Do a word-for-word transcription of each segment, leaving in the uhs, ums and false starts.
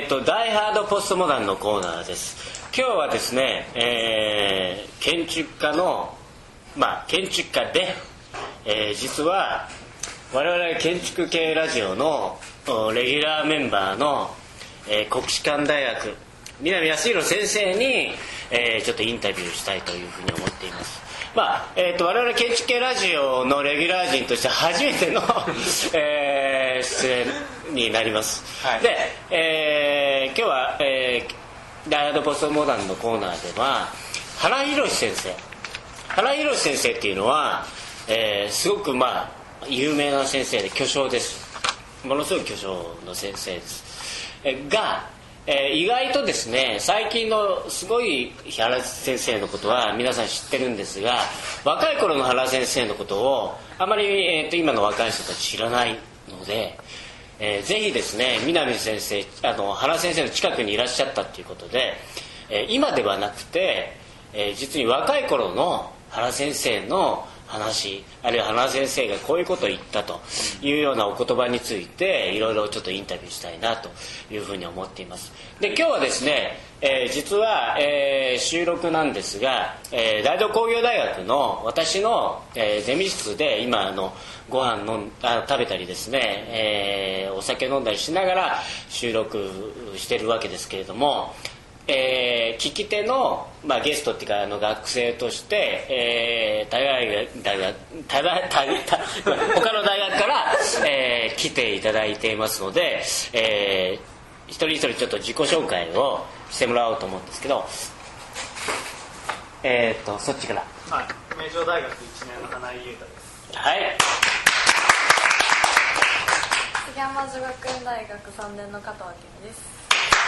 ー、とダイハードポストモダンのコーナーです。今日はですね、えー、建築家のまあ建築家で、えー、実は我々建築系ラジオのレギュラーメンバーの、えー、国士舘大学南康弘先生に、えー、ちょっとインタビューしたいというふうに思っています。まあえー、と我々建築系ラジオのレギュラー陣として初めての、えー、出演になります、はい、で、えー、今日は、えー、ダイハードポストモダンのコーナーでは原宏先生原宏先生っていうのは、えー、すごくまあ有名な先生で巨匠です。ものすごい巨匠の先生です、えー、がえー、意外とですね最近のすごい原先生のことは皆さん知ってるんですが、若い頃の原先生のことをあまり、えー、と今の若い人たち知らないので、えー、ぜひですね南先生あの原先生の近くにいらっしゃったっていうことで、えー、今ではなくて、えー、実に若い頃の原先生の話、あるいは原先生がこういうことを言ったというようなお言葉についていろいろちょっとインタビューしたいなというふうに思っています。で今日はですね、えー、実は、えー、収録なんですが、えー、大同工業大学の私の、えー、ゼミ室で今あのご飯のあ食べたりですね、えー、お酒飲んだりしながら収録してるわけですけれども、えー、聞き手の、まあ、ゲストっていうかあの学生として、えー、他大大学他大他他の大学から、えー、来ていただいていますので、えー、一人一人ちょっと自己紹介をしてもらおうと思うんですけど、えー、とそっちから。 はい、名城大学いちねんの花井優太です。 はい。 杉山女学園大学さんねんの加藤明美です。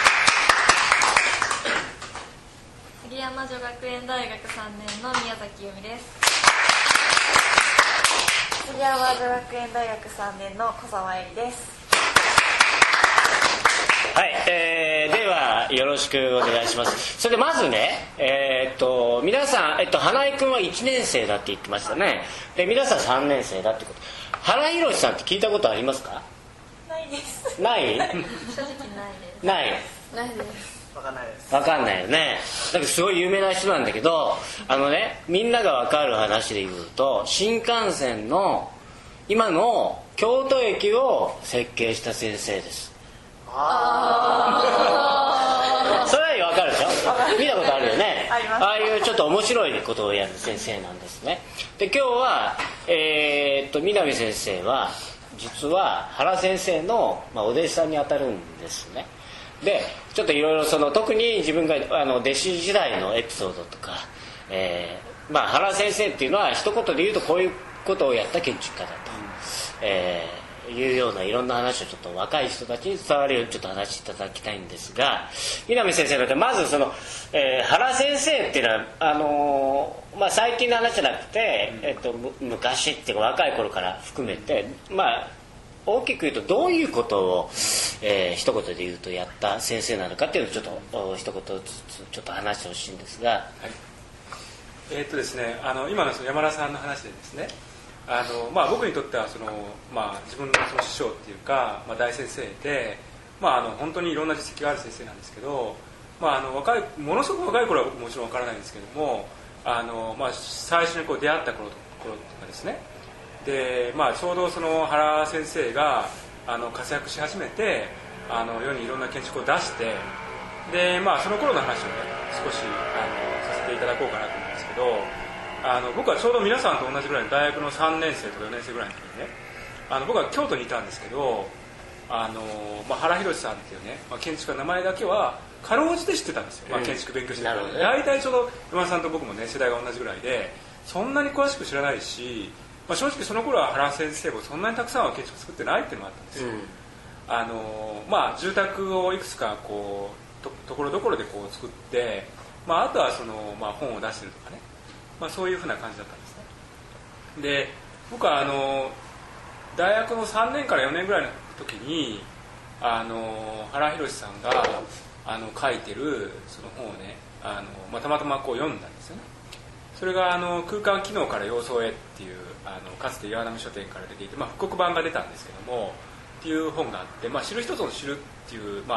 杉山女学園大学さんねんの宮崎由美です。杉山女学園大学さんねんの小沢恵里です。 はい、えー、ではよろしくお願いします。それでまずね、えー、っと皆さん、えっと、花井君はいちねん生だって言ってましたね。で皆さんさんねん生だってこと。原宏さんって聞いたことありますか？ ないです。 ない正直ないです。 ないないです。 わかんないです。 分かんないよね。だけどすごい有名な人なんだけど、あのねみんなが分かる話で言うと新幹線の今の京都駅を設計した先生です。 あそれは分かるでしょ。見たことあるよね。 あります。 ああいうちょっと面白いことをやる先生なんですね。で今日は、えー、っと南先生は実は原先生の、まあ、お弟子さんにあたるんですね。でちょっといろいろその特に自分があの弟子時代のエピソードとか、えーまあ、原先生っていうのは一言で言うとこういうことをやった建築家だと、えー、いうようないろんな話をちょっと若い人たちに伝わるようにちょっと話していただきたいんですが、南先生だってまずその、えー、原先生っていうのはあのーまあ、最近の話じゃなくて、えっと、昔っていうか若い頃から含めてまあ大きく言うとどういうことを、えー、一言で言うとやった先生なのかっていうのをちょっと一言ずつちょっと話してほしいんですが、はい、 えーっとですね、あの今のその山田さんの話でですね、あの、まあ、僕にとってはその、まあ、自分のその師匠っていうか、まあ、大先生で、まあ、あの本当にいろんな実績がある先生なんですけど、まあ、あの若いものすごく若い頃はもちろんわからないんですけども、あの、まあ、最初にこう出会った頃と頃とかですねで、まあ、ちょうどその原先生があの活躍し始めてあの世にいろんな建築を出してで、まあ、その頃の話をね少しあのさせていただこうかなと思うんですけど、あの僕はちょうど皆さんと同じぐらいの大学のさんねん生とかよねん生ぐらいの時にねあの僕は京都にいたんですけどあの、まあ、原宏さんっていうね、まあ、建築家の名前だけはかろうじて知ってたんですよ、まあ、建築勉強してたので、大体ちょうど山田さんと僕もね世代が同じぐらいでそんなに詳しく知らないし、まあ、正直その頃は原先生もそんなにたくさんは建築作ってないっていうのがあったんですよ、うん、あのまあ、住宅をいくつかこう と, ところどころでこう作って、まあ、あとはその、まあ、本を出してるとかね、まあ、そういうふうな感じだったんですね。で僕はあの大学のさんねんからよねんぐらいの時にあの原宏さんがあの書いてるその本をねあの、まあ、たまたまこう読んだんですよね。それがあの空間機能から様相へっていうあのかつて岩波書店から出ていて、まあ、復刻版が出たんですけどもっていう本があって、まあ、知る人ぞ知るっていう、まあ、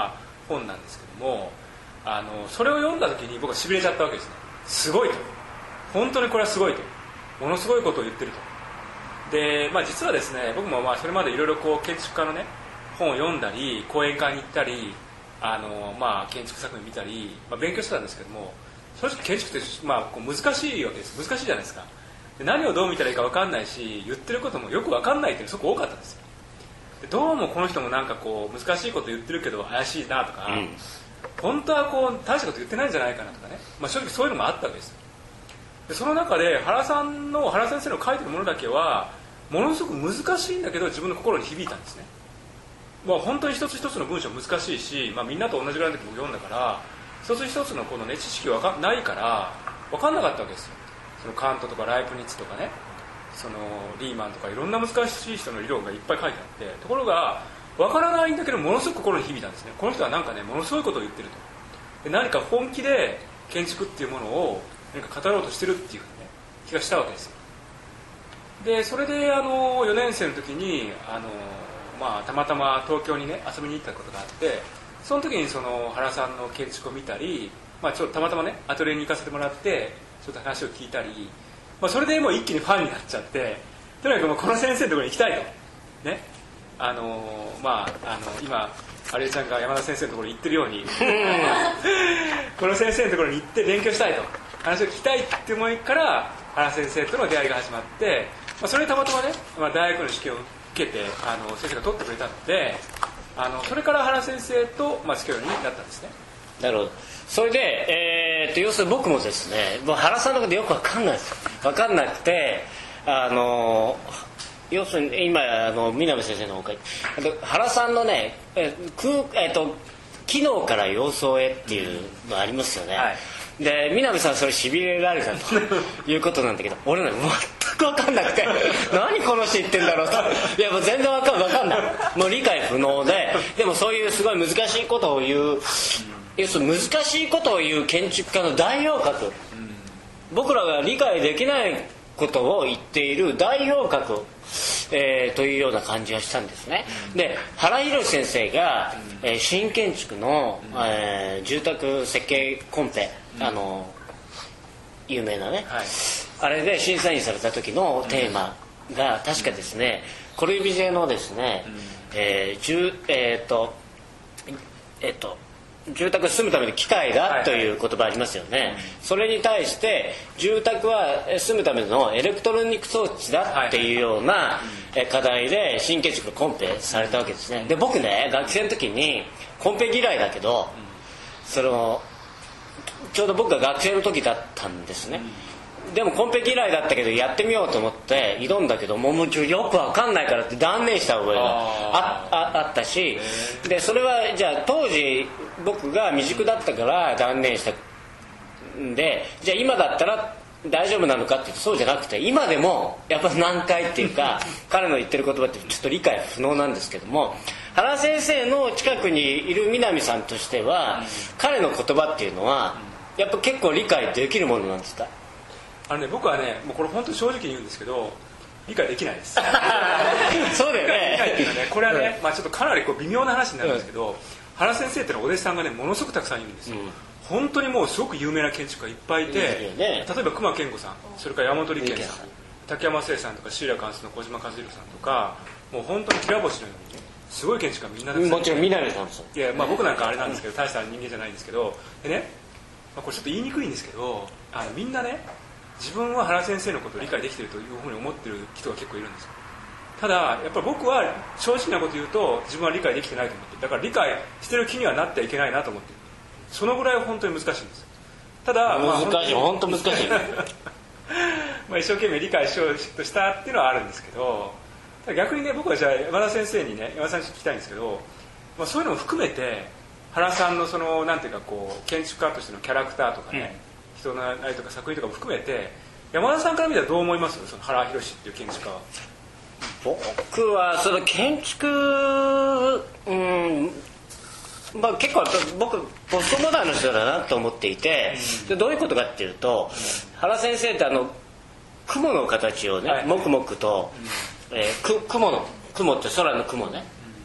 本なんですけども、あのそれを読んだ時に僕はしびれちゃったわけですね。すごいと、本当にこれはすごいと、ものすごいことを言ってると。で、まあ、実はですね僕もまあそれまでいろいろこう建築家のね本を読んだり講演会に行ったりあの、まあ、建築作品見たり、まあ、勉強してたんですけども、正直建築って、まあ、こう難しいわけです。難しいじゃないですか。で何をどう見たらいいか分かんないし、言ってることもよく分かんないっていうのがすごく多かったんですよ。でどうもこの人もなんかこう難しいこと言ってるけど怪しいなとか、うん、本当はこう大したこと言ってないんじゃないかなとかね、まあ、正直そういうのもあったわけですよ。でその中で原さんの原先生の書いてるものだけはものすごく難しいんだけど自分の心に響いたんですね。まあ、本当に一つ一つの文章難しいし、まあ、みんなと同じぐらいの時も読んだから一つ一つのこの、ね、知識がないから分かんなかったわけですよ。そのカントとかライプニッツとかね、そのリーマンとかいろんな難しい人の理論がいっぱい書いてあって、ところが分からないんだけどものすごく心に響いたんですね。この人はなんかねものすごいことを言ってると。で何か本気で建築っていうものを何か語ろうとしてるっていう、ね、気がしたわけですよ。でそれであのよねん生の時にあのまあ、たまたま東京にね遊びに行ったことがあって、その時にその原さんの建築を見たり、まあ、ちょっとたまたまねアトリエに行かせてもらってちょっと話を聞いたり、まあ、それでもう一気にファンになっちゃって、とにかくもうこの先生のところに行きたいとね、あのまああの今有江ちゃんが山田先生のところに行ってるようにこの先生のところに行って勉強したいと、話を聞きたいって思いから原先生との出会いが始まって、まあ、それでたまたまね、まあ、大学の試験を受けてあの先生が取ってくれたので、あのそれから原先生と、まあ、付き合うようになったんですね。 なるほど。それで、えー、っと要するに僕もですね、もう原さんのことよく分かんないです分かんなくて、あの要するに今あの南先生の方から原さんのね、えーえー、っと機能から様相へっていうのありますよね、はい。で南さんそれしびれられたということなんだけど、俺ね全く分かんなくて何この人言ってんだろうと、いやもう全然分かんない分かんないもう理解不能で、でもそういうすごい難しいことを言う、要するに難しいことを言う建築家の代表格、僕らが理解できないことを言っている代表格、えー、というような感じがしたんですね。で原宏先生が、えー、新建築の、えー、住宅設計コンペ、あの有名なね、はい、あれで審査員された時のテーマが確かですね、コルビジェのですね、えー住えーとえーと住宅に住むための機械だという言葉ありますよね、はいはい、それに対して住宅は住むためのエレクトロニック装置だっていうような課題で新建築のコンペされたわけですね。で僕ね学生の時にコンペ嫌いだけど、そのちょうど僕が学生の時だったんですね。でもコンペ嫌いだったけどやってみようと思って挑んだけど、もうよく分かんないからって断念した覚えが あ, あ, あったし、でそれはじゃあ当時僕が未熟だったから断念したんで、じゃあ今だったら大丈夫なのかっていうとそうじゃなくて、今でもやっぱ難解っていうか彼の言ってる言葉ってちょっと理解不能なんですけども、原先生の近くにいる南さんとしては彼の言葉っていうのはやっぱ結構理解できるものなんですか？ あのね、僕はねもうこれ本当に正直に言うんですけど理解できないですそうだよね。 理解っていうのはね、これはね、うんまあ、ちょっとかなりこう微妙な話になるんですけど、うん、原先生っていうのはお弟子さんがねものすごくたくさんいるんですよ、うん、本当にもうすごく有名な建築家いっぱいいて、ね、例えば隈研吾さん、それから山本理研さん、竹山聖さんとかシーラカンスの小島和弘さんとか、もう本当にきら星のようにねすごい建築家みんなたくさんいる。 もちろん南さんもそう。 いや、まあ、僕なんかあれなんですけど大した人間じゃないんですけど、でね、まあ、これちょっと言いにくいんですけど、あのみんなね自分は原先生のことを理解できているというふうに思っている人が結構いるんですよ。ただやっぱり僕は正直なこと言うと自分は理解できてないと思ってる。だから理解してる気にはなってはいけないなと思ってる。そのぐらい本当に難しいんですよ。ただ難しい、まあ、本当難しいまあ一生懸命理解しようとしたっていうのはあるんですけど、逆にね僕はじゃあ山田先生にね山田さんに聞きたいんですけど、まあ、そういうのも含めて原さんのそのなんていうかこう建築家としてのキャラクターとかね、うん、人の愛とか作品とかも含めて山田さんから見たらどう思います？その原宏っていう建築家は。 僕はその建築、うんまあ、結構僕ポストモダンの人だなと思っていて、でどういうことかっていうと、原先生ってあの雲の形をね、はい、もくもくと、えー、く雲の雲って空の雲ね、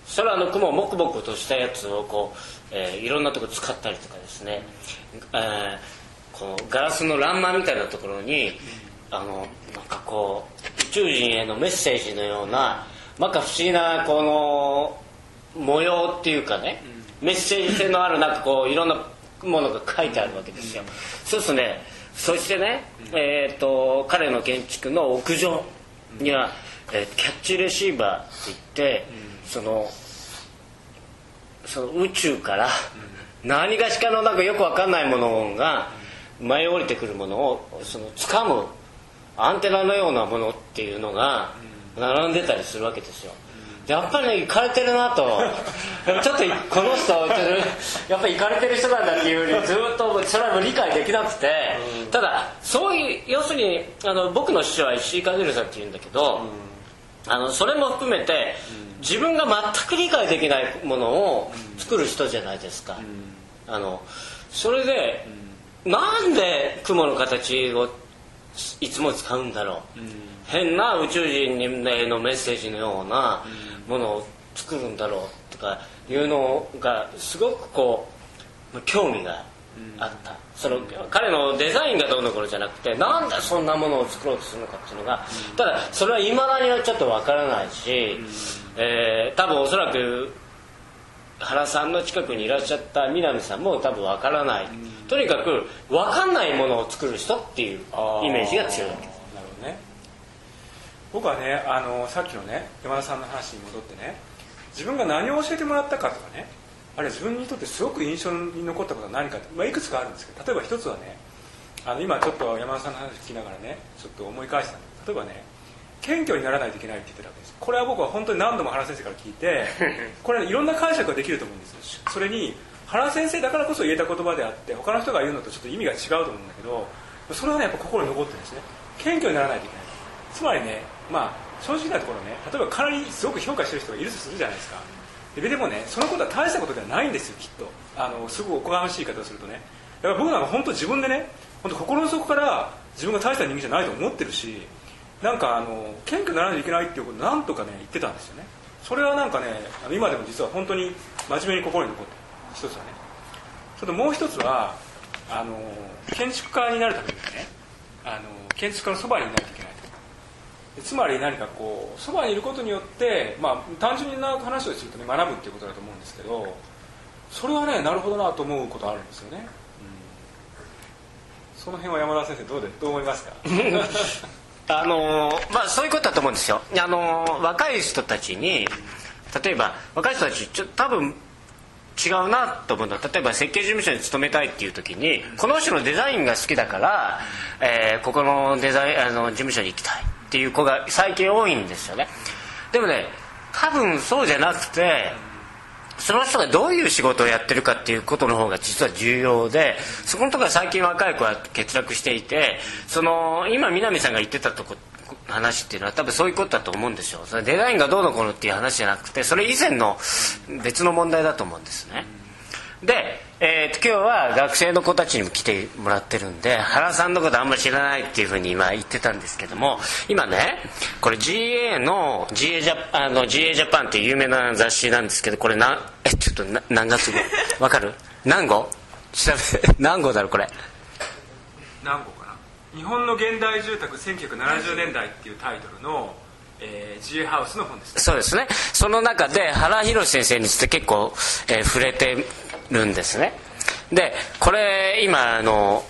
空の雲をもくもくとしたやつをこう、えー、いろんなところ使ったりとかですね、えー、このガラスの欄間みたいなところにあのなんかこう宇宙人へのメッセージのようななんか不思議なこの模様っていうかね、メッセージ性のあるなんかこういろんなものが書いてあるわけですよ。そうするとね、そしてね、えー、と彼の建築の屋上には、えー、キャッチレシーバーって言って、そのその宇宙から何がしかのなんかよくわかんないものが舞い降りてくるものをその掴むアンテナのようなものっていうのが並んでたりするわけですよ。やっぱりね、イカれてるなとちょっとこの人ちょっとやっぱりイカれてる人なんだっていうふうにずっとそれはもう理解できなくて、ただそういう要するにあの僕の師匠は石井和弘さんっていうんだけど、あのそれも含めて自分が全く理解できないものを作る人じゃないですか。あのそれでなんで雲の形をいつも使うんだろう、変な宇宙人へのメッセージのようなものを作るんだろうとかいうのがすごくこう興味があった。その彼のデザインがどうのこうのじゃなくて、なんでそんなものを作ろうとするのかっていうのが、ただそれはいまだにはちょっとわからないし、えー、多分おそらく原さんの近くにいらっしゃった南さんも多分わからない、とにかくわかんないものを作る人っていうイメージが強いわけです。 なるほどね。僕はね、あのさっきのね山田さんの話に戻ってね、自分が何を教えてもらったかとかね、あるいは自分にとってすごく印象に残ったことは何かって、まあ、いくつかあるんですけど、例えば一つはね、あの今ちょっと山田さんの話聞きながらねちょっと思い返したんです。例えばね、謙虚にならないといけないって言ってたわけです。これは僕は本当に何度も原先生から聞いてこれいろんな解釈ができると思うんですよ。それに原先生だからこそ言えた言葉であって、他の人が言うのとちょっと意味が違うと思うんだけど、それはねやっぱ心に残ってるんですね。謙虚にならないといけない。つまりね、まあ正直なところね、例えばかなりすごく評価してる人がいるとするじゃないですか。で, でもね、そのことは大したことではないんですよ、きっと。あのすごくおこがましい言い方をするとね。だから僕なんか本当自分でね、本当心の底から自分が大した人間じゃないと思ってるし、なんかあの謙虚にならないといけないっていうことをなんとかね言ってたんですよね。それはなんかね、あの今でも実は本当に真面目に心に残ってる。一つはね。それともう一つはあの建築家になるためにね、あの建築家のそばにいないといけないと。つまり何かこうそばにいることによって、まあ単純な話をするとね、学ぶっていうことだと思うんですけど、それはねなるほどなと思うことあるんですよね。うん、その辺は山田先生どうでどう思いますか？ あのまあそういうことだと思うんですよ。あの若い人たちに、例えば若い人たちちょ多分違うなと思うのは、例えば設計事務所に勤めたいっていう時に、この人のデザインが好きだから、えー、ここのデザインあの事務所に行きたいっていう子が最近多いんですよね。でもね、多分そうじゃなくて、その人がどういう仕事をやってるかっていうことの方が実は重要で、そこのところは最近若い子は欠落していて、その今南さんが言ってたとこ話っていうのは多分そういうことだと思うんですよ。それデザインがどうのこうのっていう話じゃなくて、それ以前の別の問題だと思うんですね。で、えー、と今日は学生の子たちにも来てもらってるんで、原さんのことあんまり知らないっていうふうに今言ってたんですけども、今ねこれ ジーエー の ジーエー ジャパン、あの ジーエー ジャパンっていう有名な雑誌なんですけど、これなえちょっとな何月号わかる？何号？調べ何号だろうこれ。 何号かな。日本の現代住宅せんきゅうひゃくななじゅうねんだいっていうタイトルの、えー、ジーエー ハウスの本です。 そうですね。その中で原宏先生について結構、えー、触れてるんですね。でこれ今あの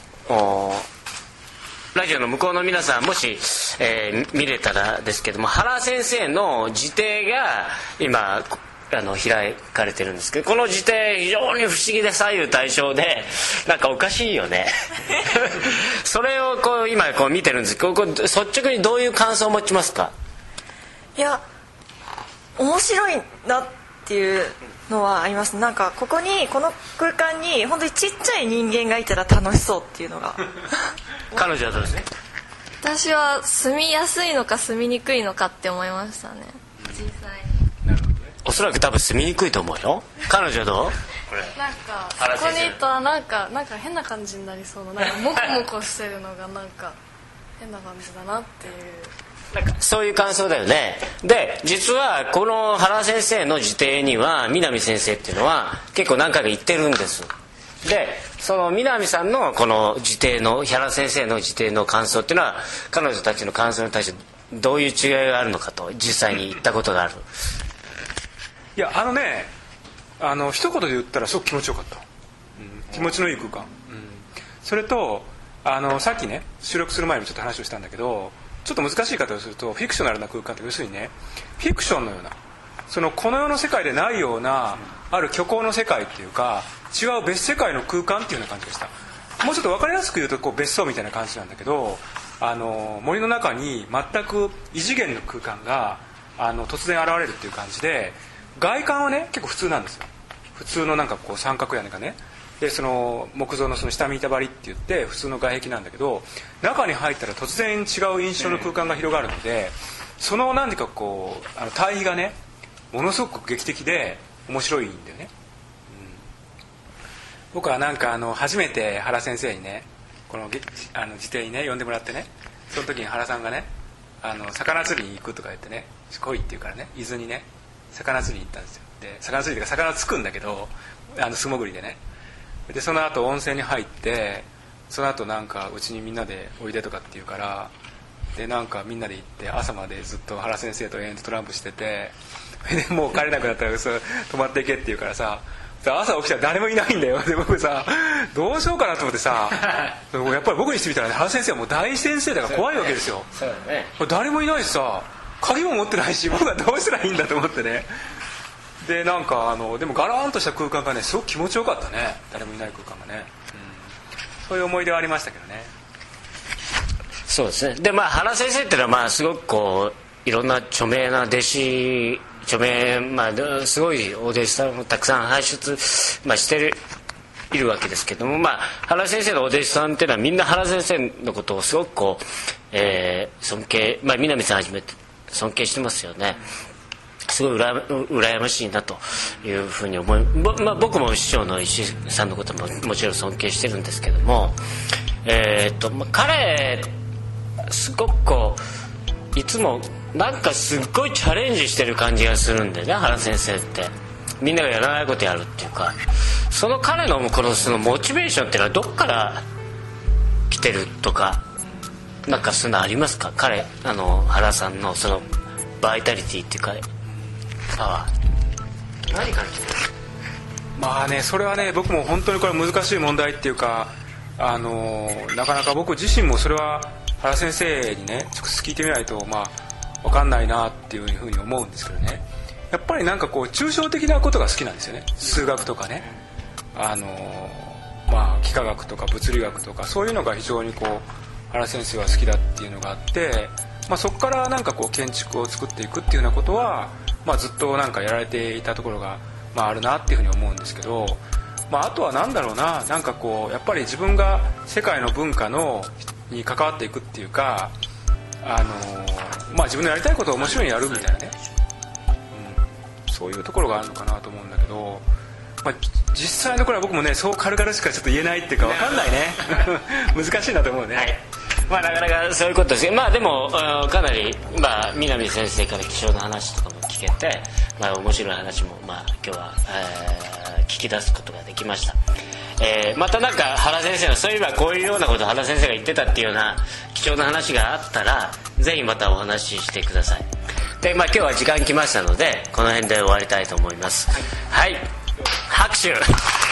ラジオの向こうの皆さんもし、えー、見れたらですけども、原先生の辞典が今あの開かれてるんですけど、この辞典非常に不思議で左右対称でなんかおかしいよねそれをこう今こう見てるんですけど、これ率直にどういう感想を持ちますか？ いや面白いなっていうのはあります。なんかここにこの空間に本当にちっちゃい人間がいたら楽しそうっていうのが彼女はどうですか？ 私は住みやすいのか住みにくいのかって思いましたね、実際に。 なるほどね。 おそらく多分住みにくいと思うよ。彼女はどう？ なんかそこにいたらなんかなんか変な感じになりそうな、なんかモコモコしてるのがなんか変な感じだなっていう。 なんかそういう感想だよね。で実はこの原先生の辞典には南先生っていうのは結構何回か言ってるんです。でその南さんのこの辞典の原先生の辞典の感想っていうのは彼女たちの感想に対してどういう違いがあるのかと実際に言ったことがある。 いやあのねあの一言で言ったらすごく気持ちよかった、うん、気持ちのいい空間、うん、それとあのさっきね収録する前にちょっと話をしたんだけどちょっと難しい言い方をするとフィクショナルな空間って要するにねフィクションのようなそのこの世の世界でないようなある虚構の世界っていうか違う別世界の空間っていうような感じがした。もうちょっと分かりやすく言うとこう別荘みたいな感じなんだけどあの森の中に全く異次元の空間があの突然現れるっていう感じで外観はね結構普通なんですよ。普通のなんかこう三角屋根がねでその木造のその下見板張りって言って普通の外壁なんだけど中に入ったら突然違う印象の空間が広がるのでその何ていうかこうあの対比がねものすごく劇的で面白いんだよね、うん、僕はなんかあの初めて原先生にねこのあの辞典にね呼んでもらってねその時に原さんがねあの魚釣りに行くとか言ってね来いって言うからね伊豆にね魚釣りに行ったんですよ。で魚釣りとか魚つくんだけどあの素潜りでねでその後温泉に入ってその後なんかうちにみんなでおいでとかって言うからでなんかみんなで行って朝までずっと原先生と延々とトランプしててでもう帰れなくなったら泊まっていけって言うからさ朝起きたら誰もいないんだよ。で僕さどうしようかなと思ってさやっぱり僕にしてみたらね原先生はもう大先生だから怖いわけですよ。 そうだね、 誰もいないしさ鍵も持ってないし僕はどうしたらいいんだと思ってねでなんかあのでもガラーンとした空間がねすごく気持ちよかったね。誰もいない空間がね、うん、そういう思い出はありましたけどね。 そうですね。でまあ原先生っていうのはまあすごくこういろんな著名な弟子著名まあすごいお弟子さんをたくさん輩出、まあ、してるいるわけですけども、まあ原先生のお弟子さんっていうのはみんな原先生のことをすごくこう、えー、尊敬まあ南さんはじめて尊敬してますよね。すごい羨ましいなというふうに思い、まあ、僕も師匠の石井さんのことももちろん尊敬してるんですけども、えーとまあ、彼すごくこういつもなんかすっごいチャレンジしてる感じがするんだよね原先生って。みんながやらないことやるっていうかその彼のこのそのモチベーションっていうのはどっから来てるとかなんかそういうのありますか。彼あの原さんのそのバイタリティっていうかパワー何から来てる。 まあねそれはね僕も本当にこれ難しい問題っていうかあのなかなか僕自身もそれは原先生にね直接聞いてみないとまあ分かんないなっていうふうに思うんですけどねやっぱりなんかこう抽象的なことが好きなんですよね。数学とかねあのまあ幾何学とか物理学とかそういうのが非常にこう原先生は好きだっていうのがあって、まあ、そこからなんかこう建築を作っていくっていうようなことは、まあ、ずっとなんかやられていたところが、まあ、あるなっていうふうに思うんですけど、まあ、あとはなんだろうななんかこうやっぱり自分が世界の文化のに関わっていくっていうかあの、まあ、自分のやりたいことを面白いにやるみたいなね、うん、そういうところがあるのかなと思うんだけど、まあ、実際のところは僕もねそう軽々しかちょっと言えないっていうか分かんないね難しいなと思うね、はいまあ、なかなかそういうことですけど、まあ、でもかなり、まあ、南先生から気象の話とかも聞けて、まあ、面白い話も、まあ、今日は、えー、聞き出すことができました、えー、またなんか原先生のそういえばこういうようなことを原先生が言ってたっていうような貴重な話があったらぜひまたお話ししてください。で、まあ、今日は時間来ましたのでこの辺で終わりたいと思います。はい、拍手